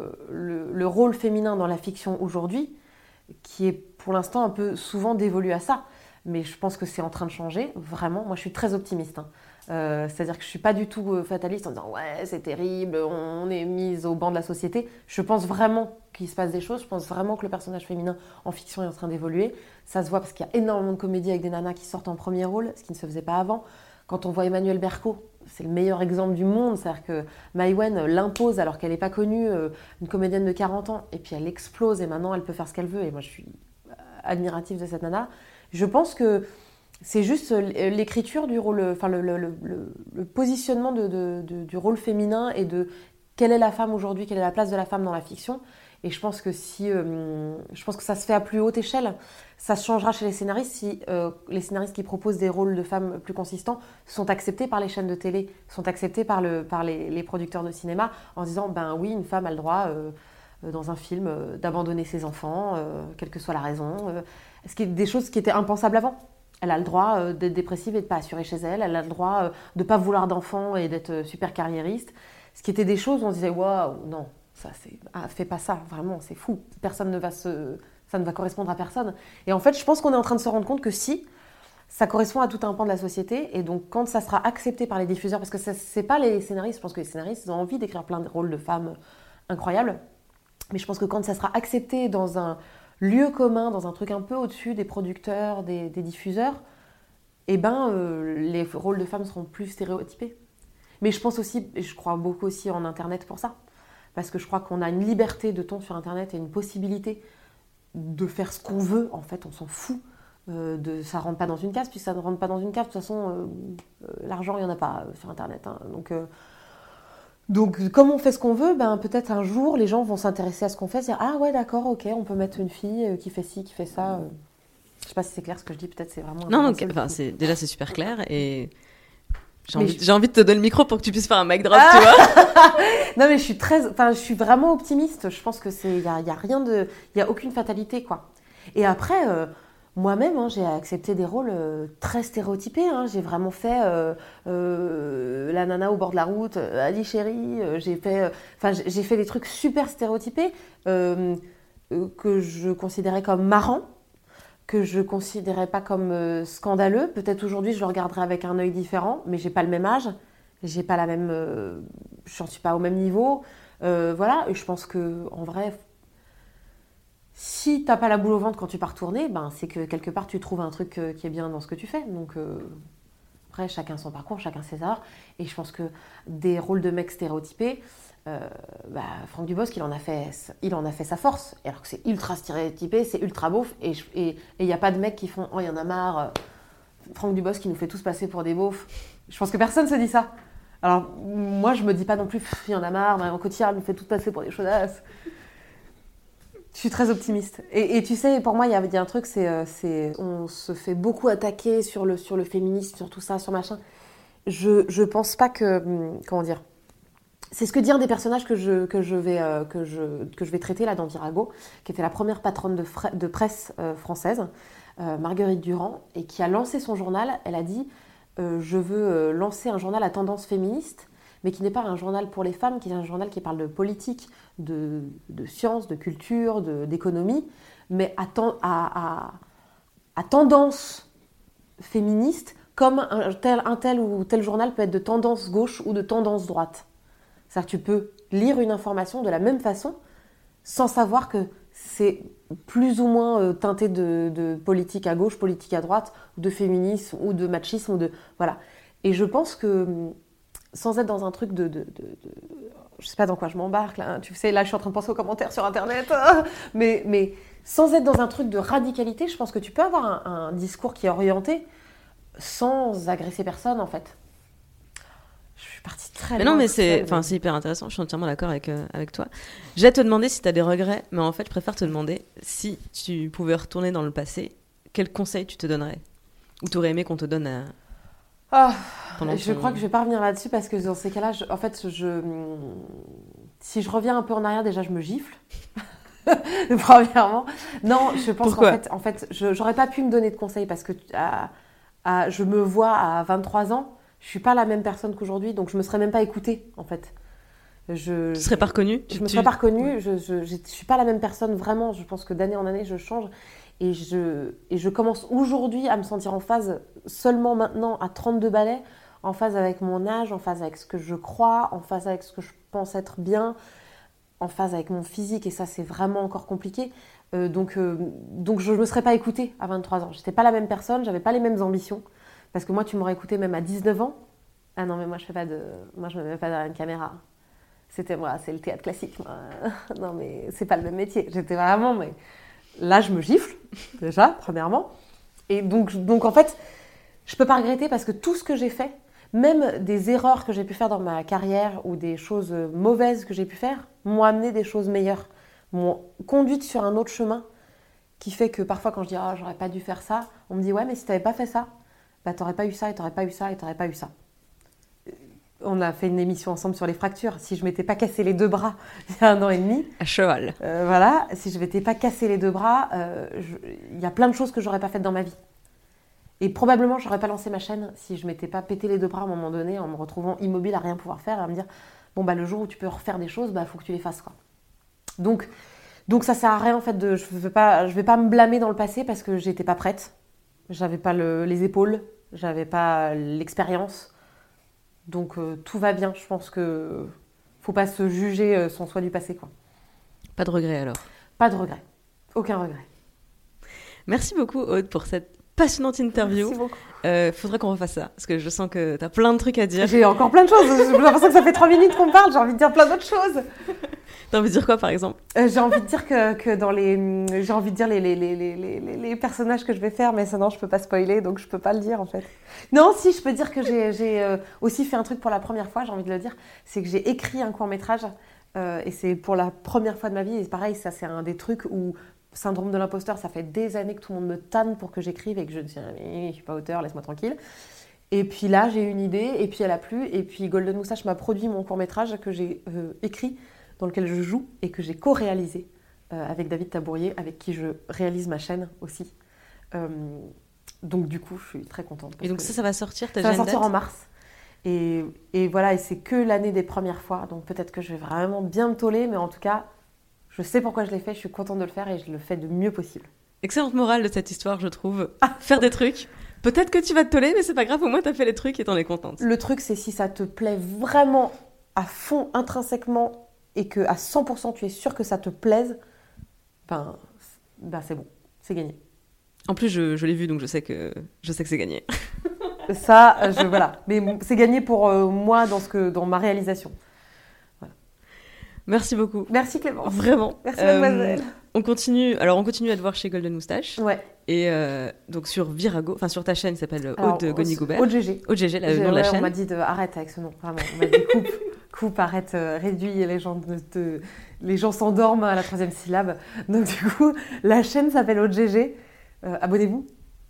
le rôle féminin dans la fiction aujourd'hui qui est pour l'instant un peu souvent dévolu à ça. Mais je pense que c'est en train de changer, vraiment. Moi, je suis très optimiste. C'est-à-dire que je ne suis pas du tout fataliste en disant « ouais, c'est terrible, on est mise au banc de la société ». Je pense vraiment qu'il se passe des choses. Je pense vraiment que le personnage féminin en fiction est en train d'évoluer. Ça se voit parce qu'il y a énormément de comédies avec des nanas qui sortent en premier rôle, ce qui ne se faisait pas avant. Quand on voit Emmanuelle Berco, c'est le meilleur exemple du monde. C'est-à-dire que Maïwenn l'impose alors qu'elle n'est pas connue, une comédienne de 40 ans. Et puis elle explose et maintenant elle peut faire ce qu'elle veut. Et moi, je suis admirative de cette nana. Je pense que c'est juste l'écriture du rôle, enfin le positionnement du rôle féminin et de quelle est la femme aujourd'hui, quelle est la place de la femme dans la fiction. Et je pense que je pense que ça se fait à plus haute échelle. Ça se changera chez les scénaristes si les scénaristes qui proposent des rôles de femmes plus consistants sont acceptés par les chaînes de télé, sont acceptés par les producteurs de cinéma en disant ben oui, une femme a le droit dans un film d'abandonner ses enfants, quelle que soit la raison. Ce qui est des choses qui étaient impensables avant. Elle a le droit d'être dépressive et de ne pas assurer chez elle. Elle a le droit de ne pas vouloir d'enfants et d'être super carriériste. Ce qui étaient des choses où on se disait waouh, non, ça c'est, fais pas ça, vraiment, c'est fou. Ça ne va correspondre à personne. Et en fait, je pense qu'on est en train de se rendre compte que si, ça correspond à tout un pan de la société. Et donc, quand ça sera accepté par les diffuseurs, parce que c'est pas les scénaristes, je pense que les scénaristes ils ont envie d'écrire plein de rôles de femmes incroyables. Mais je pense que quand ça sera accepté dans un lieu commun, dans un truc un peu au-dessus des producteurs, des diffuseurs, eh ben, les rôles de femmes seront plus stéréotypés. Mais je pense aussi, et je crois beaucoup aussi en Internet pour ça, parce que je crois qu'on a une liberté de ton sur Internet et une possibilité de faire ce qu'on veut, en fait, on s'en fout ça rentre pas dans une case, puis ça ne rentre pas dans une case. De toute façon, l'argent, il n'y en a pas sur Internet. Hein. Donc, comme on fait ce qu'on veut, peut-être un jour, les gens vont s'intéresser à ce qu'on fait, se dire « Ah ouais, d'accord, ok, on peut mettre une fille qui fait ci, qui fait ça. » Je sais pas si c'est clair ce que je dis, peut-être c'est vraiment... Non, donc, déjà, c'est super clair et... J'ai envie de te donner le micro pour que tu puisses faire un mic drop, tu vois. Non, mais je suis vraiment optimiste. Je pense que il y a rien de, il y a aucune fatalité, quoi. Et après, moi-même, j'ai accepté des rôles très stéréotypés. J'ai vraiment fait la nana au bord de la route, Ali chérie. J'ai fait des trucs super stéréotypés que je considérais comme marrants, que je considérais pas comme scandaleux. Peut-être aujourd'hui, je le regarderai avec un œil différent, mais j'ai pas le même âge, j'ai pas la même, j'en suis pas au même niveau. Voilà, et je pense que en vrai, si t'as pas la boule au ventre quand tu pars tourner, c'est que quelque part tu trouves un truc qui est bien dans ce que tu fais. Donc après, chacun son parcours, chacun ses erreurs. Et je pense que des rôles de mecs stéréotypés, Franck Dubosc, il en a fait sa force. Alors que c'est ultra stéréotypé, c'est ultra beauf. Et il n'y a pas de mecs qui font « Oh, il y en a marre, Franck Dubosc qui nous fait tous passer pour des beaufs. » Je pense que personne se dit ça. Alors, moi, je me dis pas non plus « Il y en a marre, Marion Cotillard nous fait tous passer pour des chaudasses. » Je suis très optimiste. Et tu sais, pour moi, il y a un truc, on se fait beaucoup attaquer sur le féminisme, sur tout ça, sur machin. Je pense pas que... Comment dire ? C'est ce que dit un des personnages que je vais traiter là dans Virago, qui était la première patronne de presse française, Marguerite Durand, et qui a lancé son journal. Elle a dit je veux lancer un journal à tendance féministe, mais qui n'est pas un journal pour les femmes, qui est un journal qui parle de politique, de science, de culture, d'économie, mais à tendance féministe, comme un tel ou tel journal peut être de tendance gauche ou de tendance droite. C'est-à-dire que tu peux lire une information de la même façon sans savoir que c'est plus ou moins teinté de politique à gauche, politique à droite, de féminisme ou de machisme. Voilà. Et je pense que sans être dans un truc je sais pas dans quoi je m'embarque, là, tu sais, là je suis en train de penser aux commentaires sur Internet, mais sans être dans un truc de radicalité, je pense que tu peux avoir un discours qui est orienté sans agresser personne, en fait. Je suis partie très loin. Mais non, mais c'est hyper intéressant, je suis entièrement d'accord avec toi. Je vais te demander si tu as des regrets, mais en fait, je préfère te demander si tu pouvais retourner dans le passé, quel conseil tu te donnerais ? Ou tu aurais aimé qu'on te donne je crois que je vais pas revenir là-dessus parce que dans ces cas-là, si je reviens un peu en arrière, déjà, je me gifle. Premièrement. Non, je pense qu'en fait, j'aurais pas pu me donner de conseils parce que je me vois à 23 ans, je suis pas la même personne qu'aujourd'hui, donc je me serais même pas écoutée, en fait. Tu serais pas reconnue ? Je me serais pas reconnue, je suis pas la même personne, vraiment. Je pense que d'année en année, je change. Et je commence aujourd'hui à me sentir en phase, seulement maintenant, à 32 balais, en phase avec mon âge, en phase avec ce que je crois, en phase avec ce que je pense être bien, en phase avec mon physique, et ça, c'est vraiment encore compliqué. Donc je ne me serais pas écoutée à 23 ans. Je n'étais pas la même personne, je n'avais pas les mêmes ambitions. Parce que moi, tu m'aurais écoutée même à 19 ans. Ah non, mais moi, je me mets pas derrière une caméra. C'est le théâtre classique. Moi. Non, mais c'est pas le même métier. J'étais vraiment... Mais... Là, je me gifle, déjà, premièrement. Et donc, en fait, je peux pas regretter parce que tout ce que j'ai fait, même des erreurs que j'ai pu faire dans ma carrière ou des choses mauvaises que j'ai pu faire, m'ont amené des choses meilleures, m'ont conduite sur un autre chemin qui fait que parfois, quand je dis « Ah, j'aurais pas dû faire ça », on me dit « Ouais, mais si t'avais pas fait ça, t'aurais pas eu ça, et t'aurais pas eu ça, et t'aurais pas eu ça. » On a fait une émission ensemble sur les fractures. Si je m'étais pas cassé les 2 bras il y a 1 an et demi... À cheval. Voilà, si je m'étais pas cassé les 2 bras, il y a plein de choses que j'aurais pas faites dans ma vie. Et probablement, j'aurais pas lancé ma chaîne si je m'étais pas pété les 2 bras à un moment donné en me retrouvant immobile à rien pouvoir faire et à me dire bon, le jour où tu peux refaire des choses, faut que tu les fasses, quoi. Donc ça sert à rien, en fait, je vais pas me blâmer dans le passé parce que j'étais pas prête. J'avais pas les épaules, j'avais pas l'expérience. Donc tout va bien, je pense que faut pas se juger son soi du passé, quoi. Pas de regret alors ? Pas de regret, aucun regret. Merci beaucoup Aude pour cette passionnante interview. Merci beaucoup. Faudrait qu'on refasse ça, parce que je sens que t'as plein de trucs à dire. J'ai encore plein de choses, j'ai l'impression que ça fait 3 minutes qu'on parle, j'ai envie de dire plein d'autres choses. T'as envie de dire quoi, par exemple? J'ai envie de dire que dans les... J'ai envie de dire les personnages que je vais faire, mais ça, non, je peux pas spoiler, donc je peux pas le dire, en fait. Non, si, je peux dire que j'ai aussi fait un truc pour la première fois, j'ai envie de le dire, c'est que j'ai écrit un court-métrage, et c'est pour la première fois de ma vie, et pareil, ça, c'est un des trucs où... Syndrome de l'imposteur, ça fait des années que tout le monde me tanne pour que j'écrive et que je dis « je suis pas auteur, laisse-moi tranquille ». Et puis là, j'ai eu une idée, et puis elle a plu, et puis Golden Moustache m'a produit mon court-métrage que j'ai écrit, dans lequel je joue, et que j'ai co-réalisé avec David Tabourier, avec qui je réalise ma chaîne aussi. Donc du coup, je suis très contente. Et donc ça va sortir, ça va sortir en mars. Et voilà, et c'est que l'année des premières fois, donc peut-être que je vais vraiment bien me toller, mais en tout cas... Je sais pourquoi je l'ai fait, je suis contente de le faire et je le fais du mieux possible. Excellente morale de cette histoire, je trouve. Faire des trucs. Peut-être que tu vas te toller, mais c'est pas grave, au moins t'as fait les trucs et t'en es contente. Le truc, c'est si ça te plaît vraiment à fond, intrinsèquement, et que à 100% tu es sûr que ça te plaise, ben c'est bon, c'est gagné. En plus, je l'ai vu, donc je sais que c'est gagné. Ça, voilà. Mais c'est gagné pour moi dans ma réalisation. Merci beaucoup. Merci Clémence. Vraiment. Merci mademoiselle. On continue à te voir chez Golden Moustache. Ouais. Et donc sur Virago, enfin sur ta chaîne qui s'appelle Aude Goni-Goubert. Aude GG. Aude GG, le nom de la chaîne. On m'a dit arrête avec ce nom, vraiment. On m'a dit coupe, arrête, réduis, les gens s'endorment à la 3e syllabe. Donc du coup, la chaîne s'appelle Aude GG. Abonnez-vous.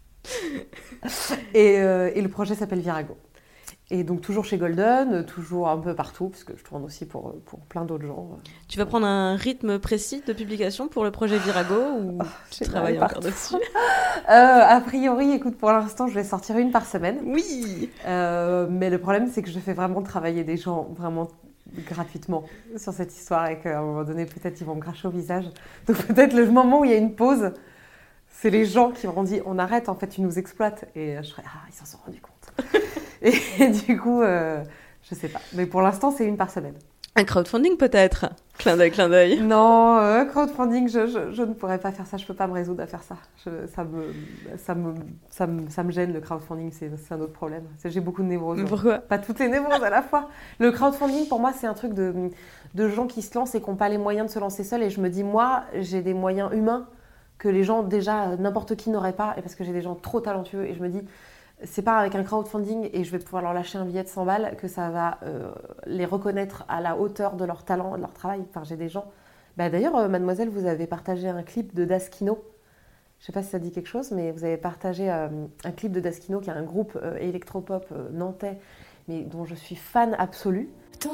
Et le projet s'appelle Virago. Et donc toujours chez Golden, toujours un peu partout, parce que je tourne aussi pour plein d'autres gens. Tu vas prendre un rythme précis de publication pour le projet Virago ou tu travailles encore dessus? A priori, écoute, pour l'instant, je vais sortir une par semaine. Oui. Mais le problème, c'est que je fais vraiment travailler des gens vraiment gratuitement sur cette histoire et qu'à un moment donné, peut-être, ils vont me cracher au visage. Donc peut-être le moment où il y a une pause, c'est les gens qui m'ont dit « on arrête, en fait, tu nous exploites ». Et je serais « ah, ils s'en sont rendus compte ». Et du coup, je sais pas. Mais pour l'instant, c'est une par semaine. Un crowdfunding peut-être? Clin d'œil. Non, crowdfunding, je ne pourrais pas faire ça. Je peux pas me résoudre à faire ça. Ça me gêne, le crowdfunding. C'est un autre problème. J'ai beaucoup de névroses. Mais pourquoi? Pas toutes les névroses à la fois. Le crowdfunding, pour moi, c'est un truc de gens qui se lancent et qui n'ont pas les moyens de se lancer seuls. Et je me dis, moi, j'ai des moyens humains que les gens, déjà, n'importe qui n'aurait pas. Et parce que j'ai des gens trop talentueux. Et je me dis... C'est pas avec un crowdfunding et je vais pouvoir leur lâcher un billet de 100 balles que ça va les reconnaître à la hauteur de leur talent, de leur travail. Enfin, j'ai des gens... D'ailleurs, mademoiselle, vous avez partagé un clip de Daskino. Je sais pas si ça dit quelque chose, mais vous avez partagé un clip de Daskino, qui est un groupe électropop nantais, mais dont je suis fan absolue.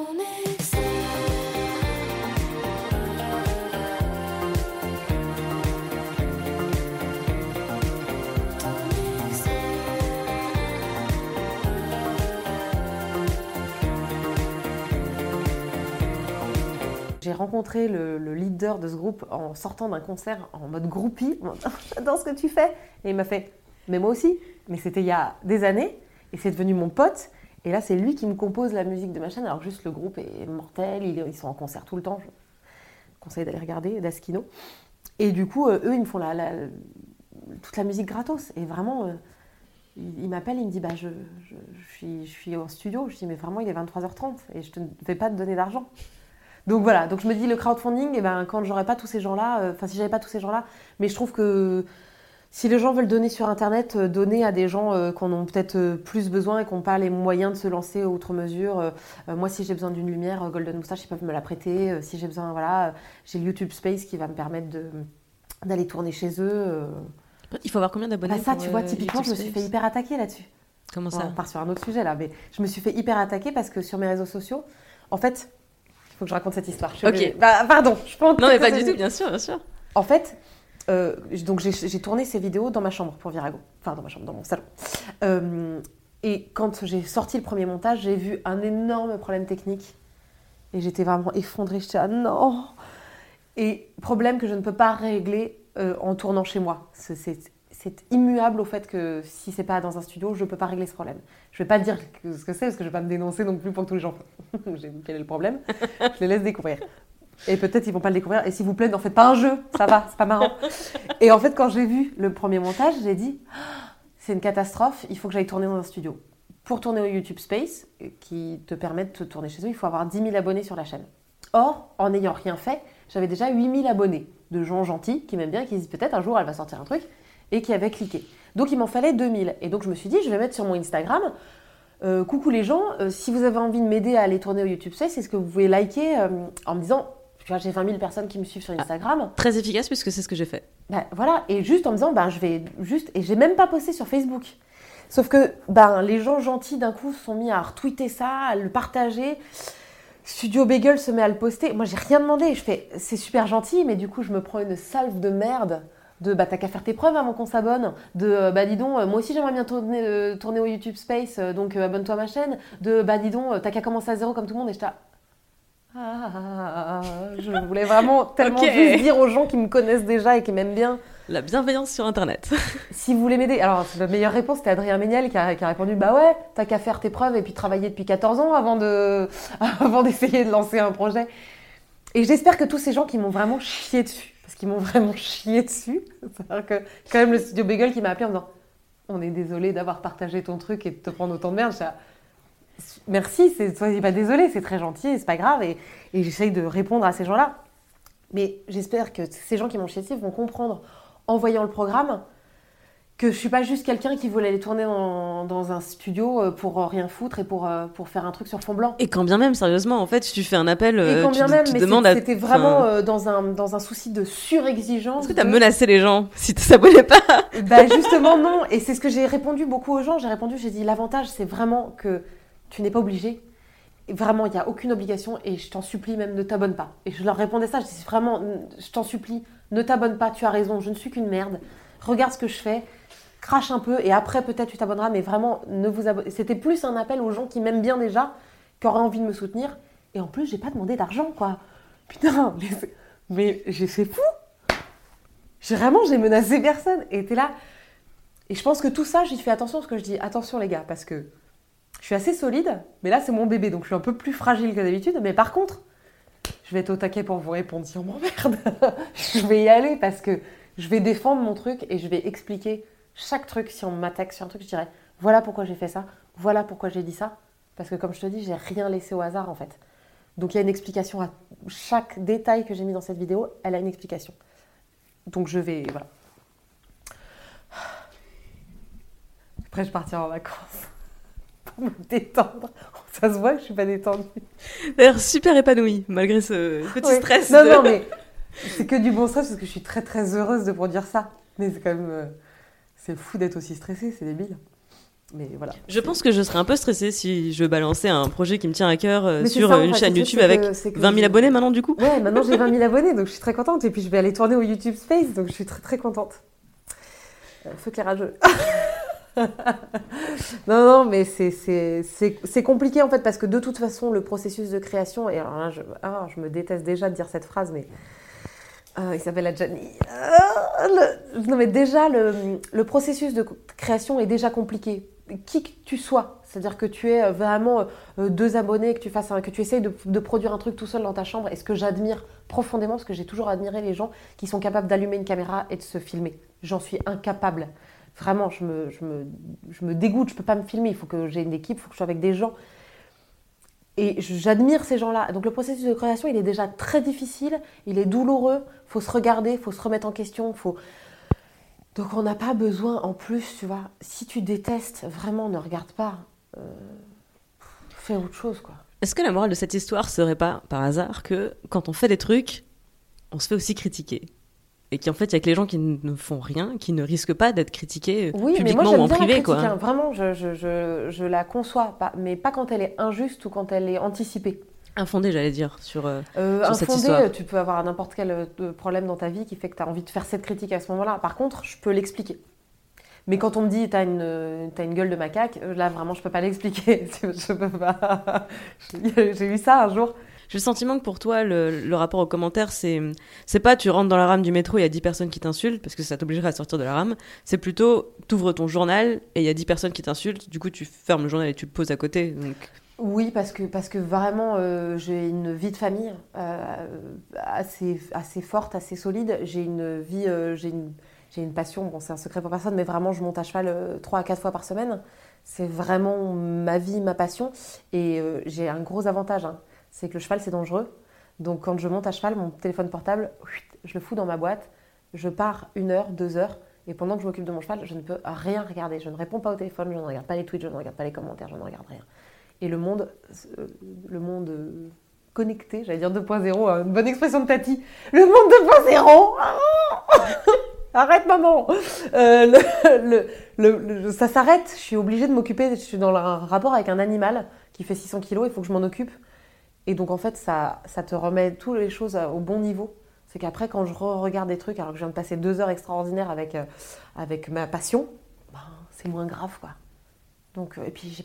J'ai rencontré le leader de ce groupe en sortant d'un concert en mode groupie. J'adore ce que tu fais. Et il m'a fait, mais moi aussi. Mais c'était il y a des années. Et c'est devenu mon pote. Et là, c'est lui qui me compose la musique de ma chaîne. Alors juste, le groupe est mortel. Ils sont en concert tout le temps. Je conseille d'aller regarder Daskino. Et du coup, eux, ils me font toute la musique gratos. Et vraiment, il m'appelle, il me dit, je suis en studio. Je dis, mais vraiment, il est 23h30 et je ne vais pas te donner d'argent. Donc voilà, donc je me dis le crowdfunding, quand j'aurais pas tous ces gens-là, si j'avais pas tous ces gens-là, mais je trouve que si les gens veulent donner sur Internet, donner à des gens qui en ont peut-être plus besoin et qui n'ont pas les moyens de se lancer outre mesure. Moi, si j'ai besoin d'une lumière, Golden Moustache, ils peuvent me la prêter. Si j'ai besoin, j'ai le YouTube Space qui va me permettre d'aller tourner chez eux. Il faut avoir combien d'abonnés? Ça, tu vois, typiquement, je me suis fait hyper attaquer là-dessus. Comment ça? On part sur un autre sujet là, mais je me suis fait hyper attaquer parce que sur mes réseaux sociaux, en fait... Il faut que je raconte cette histoire. Ok. Pardon, je pense. Non, mais pas du tout, bien sûr. En fait, donc j'ai tourné ces vidéos dans ma chambre pour Virago. Enfin, dans ma chambre, dans mon salon. Et quand j'ai sorti le premier montage, j'ai vu un énorme problème technique. Et j'étais vraiment effondrée. J'étais ah non. Et problème que je ne peux pas régler en tournant chez moi. C'est immuable au fait que si c'est pas dans un studio, je peux pas régler ce problème. Je vais pas dire ce que c'est parce que je vais pas me dénoncer non plus pour que tous les gens. J'ai vu quel est le problème. Je les laisse découvrir. Et peut-être ils vont pas le découvrir. Et s'il vous plaît, n'en faites pas un jeu. Ça va, c'est pas marrant. Et en fait, quand j'ai vu le premier montage, j'ai dit c'est une catastrophe. Il faut que j'aille tourner dans un studio. Pour tourner au YouTube Space, qui te permet de te tourner chez eux, il faut avoir 10 000 abonnés sur la chaîne. Or, en n'ayant rien fait, j'avais déjà 8000 abonnés de gens gentils qui m'aiment bien, qui disent peut-être un jour elle va sortir un truc, et qui avaient cliqué. Donc il m'en fallait 2000. Et donc je me suis dit, je vais mettre sur mon Instagram, coucou les gens, si vous avez envie de m'aider à aller tourner au YouTube Space, est-ce que vous pouvez liker en me disant, tu vois, j'ai 20 000 personnes qui me suivent sur Instagram. Très efficace puisque c'est ce que j'ai fait. Voilà, et juste en me disant, je vais juste, et j'ai même pas posté sur Facebook. Sauf que les gens gentils d'un coup se sont mis à retweeter ça, à le partager. Studio Bagel se met à le poster. Moi, j'ai rien demandé. Je fais, c'est super gentil, mais du coup, je me prends une salve de merde. De t'as qu'à faire tes preuves avant qu'on s'abonne. De dis donc, moi aussi j'aimerais bien tourner au YouTube Space, donc abonne-toi à ma chaîne. De dis donc, t'as qu'à commencer à zéro comme tout le monde. Et j'étais je voulais vraiment tellement juste dire aux gens qui me connaissent déjà et qui m'aiment bien. La bienveillance sur Internet. Si vous voulez m'aider. Alors, la meilleure réponse, c'était Adrien Méniel qui a répondu ouais, t'as qu'à faire tes preuves et puis travailler depuis 14 ans avant d'essayer de lancer un projet. Et j'espère que tous ces gens qui m'ont vraiment chié dessus, parce qu'ils m'ont vraiment chié dessus, c'est-à-dire que quand même le Studio Bagel qui m'a appelé en me disant on est désolé d'avoir partagé ton truc et de te prendre autant de merde. Merci, soyez pas désolé, c'est très gentil, c'est pas grave. Et j'essaye de répondre à ces gens-là. Mais j'espère que ces gens qui m'ont chié dessus vont comprendre en voyant le programme, que je suis pas juste quelqu'un qui voulait aller tourner dans un studio pour rien foutre et pour faire un truc sur fond blanc. Et quand bien même, sérieusement, en fait, tu fais un appel, et quand tu bien même, mais demandes c'était vraiment dans un souci de surexigence. Est-ce que tu as menacé les gens si tu t'abonnais pas? Justement, non. Et c'est ce que j'ai répondu beaucoup aux gens. J'ai dit, l'avantage, c'est vraiment que tu n'es pas obligé. Vraiment, il n'y a aucune obligation et je t'en supplie même, ne t'abonne pas. Et je leur répondais ça, je dis vraiment, je t'en supplie, ne t'abonne pas, tu as raison, je ne suis qu'une merde. Regarde ce que je fais, crache un peu et après peut-être tu t'abonneras, mais vraiment, ne vous abonnez. C'était plus un appel aux gens qui m'aiment bien déjà, qui auraient envie de me soutenir. Et en plus, j'ai pas demandé d'argent, quoi. Putain, mais j'ai fait fou. J'ai menacé personne. Et t'es là. Et je pense que tout ça, j'y fais attention, parce que je dis, attention les gars, parce que je suis assez solide, mais là, c'est mon bébé, donc je suis un peu plus fragile que d'habitude. Mais par contre, je vais être au taquet pour vous répondre si on m'emmerde. Je vais y aller parce que je vais défendre mon truc et je vais expliquer chaque truc. Si on m'attaque sur un truc, je dirais voilà pourquoi j'ai fait ça, voilà pourquoi j'ai dit ça. Parce que comme je te dis, j'ai rien laissé au hasard en fait. Donc il y a une explication à chaque détail que j'ai mis dans cette vidéo, elle a une explication. Donc je vais, voilà. Après, je partirai en vacances. Me détendre. Ça se voit que je suis pas détendue. D'ailleurs, super épanouie, malgré ce petit stress. Non, mais c'est que du bon stress parce que je suis très très heureuse de produire ça. Mais c'est quand même... c'est fou d'être aussi stressée, c'est débile. Mais voilà. Je pense que je serais un peu stressée si je balançais un projet qui me tient à cœur sur une chaîne YouTube avec 20 000 abonnés maintenant du coup. Ouais, maintenant j'ai 20 000 abonnés, donc je suis très contente. Et puis je vais aller tourner au YouTube Space, donc je suis très très contente. Feu clair à jeu. Non, mais c'est compliqué en fait parce que de toute façon le processus de création, et alors là je me déteste déjà de dire cette phrase, mais Isabelle Adjani, non mais déjà le processus de création est déjà compliqué, qui que tu sois, c'est-à-dire que tu aies vraiment 2 abonnés, que tu essayes de produire un truc tout seul dans ta chambre, et ce que j'admire profondément, parce que j'ai toujours admiré les gens qui sont capables d'allumer une caméra et de se filmer, j'en suis incapable. Vraiment, je me dégoûte, je peux pas me filmer, il faut que j'ai une équipe, il faut que je sois avec des gens. Et j'admire ces gens-là. Donc le processus de création, il est déjà très difficile, il est douloureux, il faut se regarder, il faut se remettre en question. Donc on n'a pas besoin, en plus, tu vois, si tu détestes, vraiment, ne regarde pas. Fais autre chose, quoi. Est-ce que la morale de cette histoire serait pas, par hasard, que quand on fait des trucs, on se fait aussi critiquer ? Et qu'en fait, il y a que les gens qui ne font rien, qui ne risquent pas d'être critiqués publiquement ou en privé, quoi. Hein. Vraiment, je la conçois, mais pas quand elle est injuste ou quand elle est anticipée. Infondée, j'allais dire, sur cette histoire. Infondée, tu peux avoir n'importe quel problème dans ta vie qui fait que tu as envie de faire cette critique à ce moment-là. Par contre, je peux l'expliquer. Mais quand on me dit t'as une gueule de macaque, là vraiment je peux pas l'expliquer. Je peux pas. J'ai eu ça un jour. J'ai le sentiment que pour toi, le rapport aux commentaires, c'est pas tu rentres dans la rame du métro et il y a 10 personnes qui t'insultent, parce que ça t'obligerait à sortir de la rame. C'est plutôt, t'ouvres ton journal et il y a 10 personnes qui t'insultent, du coup tu fermes le journal et tu le poses à côté. Donc... Oui, parce que vraiment, j'ai une vie de famille assez forte, assez solide. J'ai une vie, j'ai une passion, bon c'est un secret pour personne, mais vraiment je monte à cheval 3 à 4 fois par semaine. C'est vraiment ma vie, ma passion. Et j'ai un gros avantage, hein. C'est que le cheval, c'est dangereux. Donc quand je monte à cheval, mon téléphone portable, je le fous dans ma boîte, je pars 1 heure, 2 heures, et pendant que je m'occupe de mon cheval, je ne peux rien regarder. Je ne réponds pas au téléphone, je ne regarde pas les tweets, je ne regarde pas les commentaires, je ne regarde rien. Et le monde connecté, j'allais dire 2.0, une bonne expression de Tati, le monde 2.0 Arrête maman ça s'arrête, je suis obligée de m'occuper, je suis dans un rapport avec un animal qui fait 600 kilos, il faut que je m'en occupe. Et donc en fait, ça te remet toutes les choses au bon niveau. C'est qu'après, quand je regarde des trucs, alors que je viens de passer 2 heures extraordinaires avec ma passion, c'est moins grave, quoi. Donc, et puis, je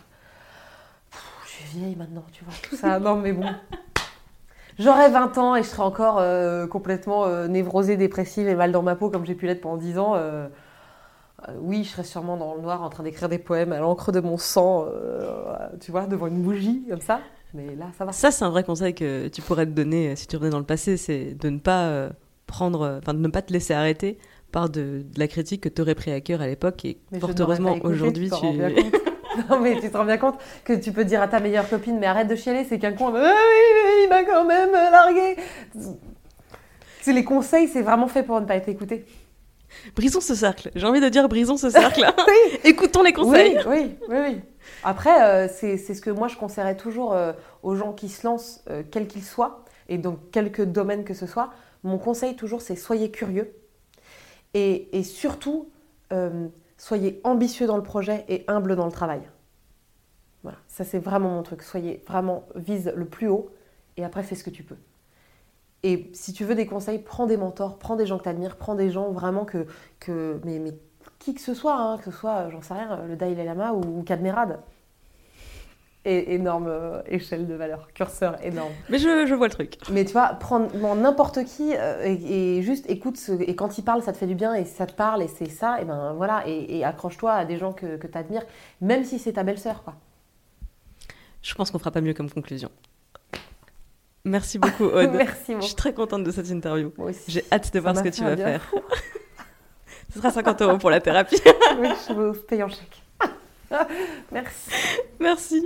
suis vieille maintenant, tu vois, tout ça. Non, mais bon. J'aurais 20 ans et je serais encore complètement névrosée, dépressive et mal dans ma peau, comme j'ai pu l'être pendant 10 ans. Oui, je serais sûrement dans le noir en train d'écrire des poèmes à l'encre de mon sang, tu vois, devant une bougie, comme ça. Mais là, ça va. Ça, c'est un vrai conseil que tu pourrais te donner si tu revenais dans le passé, c'est de ne pas de ne pas te laisser arrêter par de la critique que tu aurais pris à cœur à l'époque. Et fort heureusement, aujourd'hui, Non, mais tu te rends bien compte que tu peux dire à ta meilleure copine, mais arrête de chialer, c'est qu'un con, il m'a quand même largué. C'est les conseils, c'est vraiment fait pour ne pas être écouté. Brisons ce cercle. J'ai envie de dire brisons ce cercle. Oui. Écoutons les conseils. Oui. Après, c'est ce que moi je conseillerais toujours aux gens qui se lancent, quels qu'ils soient, et dans quelque domaine que ce soit. Mon conseil toujours, c'est soyez curieux et surtout soyez ambitieux dans le projet et humble dans le travail. Voilà, ça c'est vraiment mon truc. Vise le plus haut et après fais ce que tu peux. Et si tu veux des conseils, prends des mentors, prends des gens que tu admires, prends des gens vraiment mais qui que ce soit, que ce soit, j'en sais rien, le Dalai Lama ou Cadmerade. Et énorme échelle de valeur, curseur énorme. Mais je vois le truc. Mais tu vois, prends n'importe qui et juste écoute, et quand il parle, ça te fait du bien et ça te parle et c'est ça, et ben voilà, et accroche-toi à des gens que tu admires, même si c'est ta belle-sœur, quoi. Je pense qu'on fera pas mieux comme conclusion. Merci beaucoup, Aude. Merci beaucoup. Je suis très contente de cette interview. Moi aussi. J'ai hâte de voir ce que tu vas faire. Fou. Ce sera 50 € pour la thérapie. Oui, je vous paye en chèque. Merci. Merci.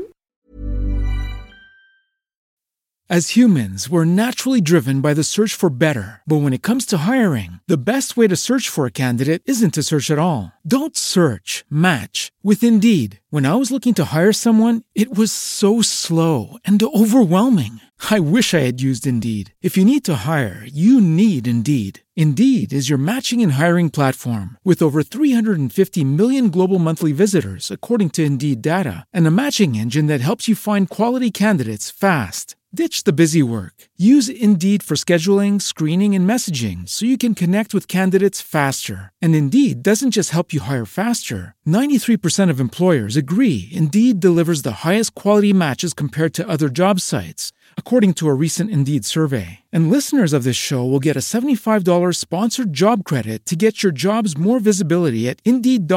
As humans, we're naturally driven by the search for better. But when it comes to hiring, the best way to search for a candidate isn't to search at all. Don't search, match with Indeed. When I was looking to hire someone, it was so slow and overwhelming. I wish I had used Indeed. If you need to hire, you need Indeed. Indeed is your matching and hiring platform with over 350 million global monthly visitors, according to Indeed data, and a matching engine that helps you find quality candidates fast. Ditch the busy work. Use Indeed for scheduling, screening, and messaging so you can connect with candidates faster. And Indeed doesn't just help you hire faster. 93% of employers agree Indeed delivers the highest quality matches compared to other job sites, according to a recent Indeed survey. And listeners of this show will get a $75 sponsored job credit to get your jobs more visibility at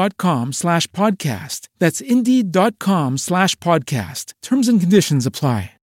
Indeed.com/podcast. That's Indeed.com/podcast. Terms and conditions apply.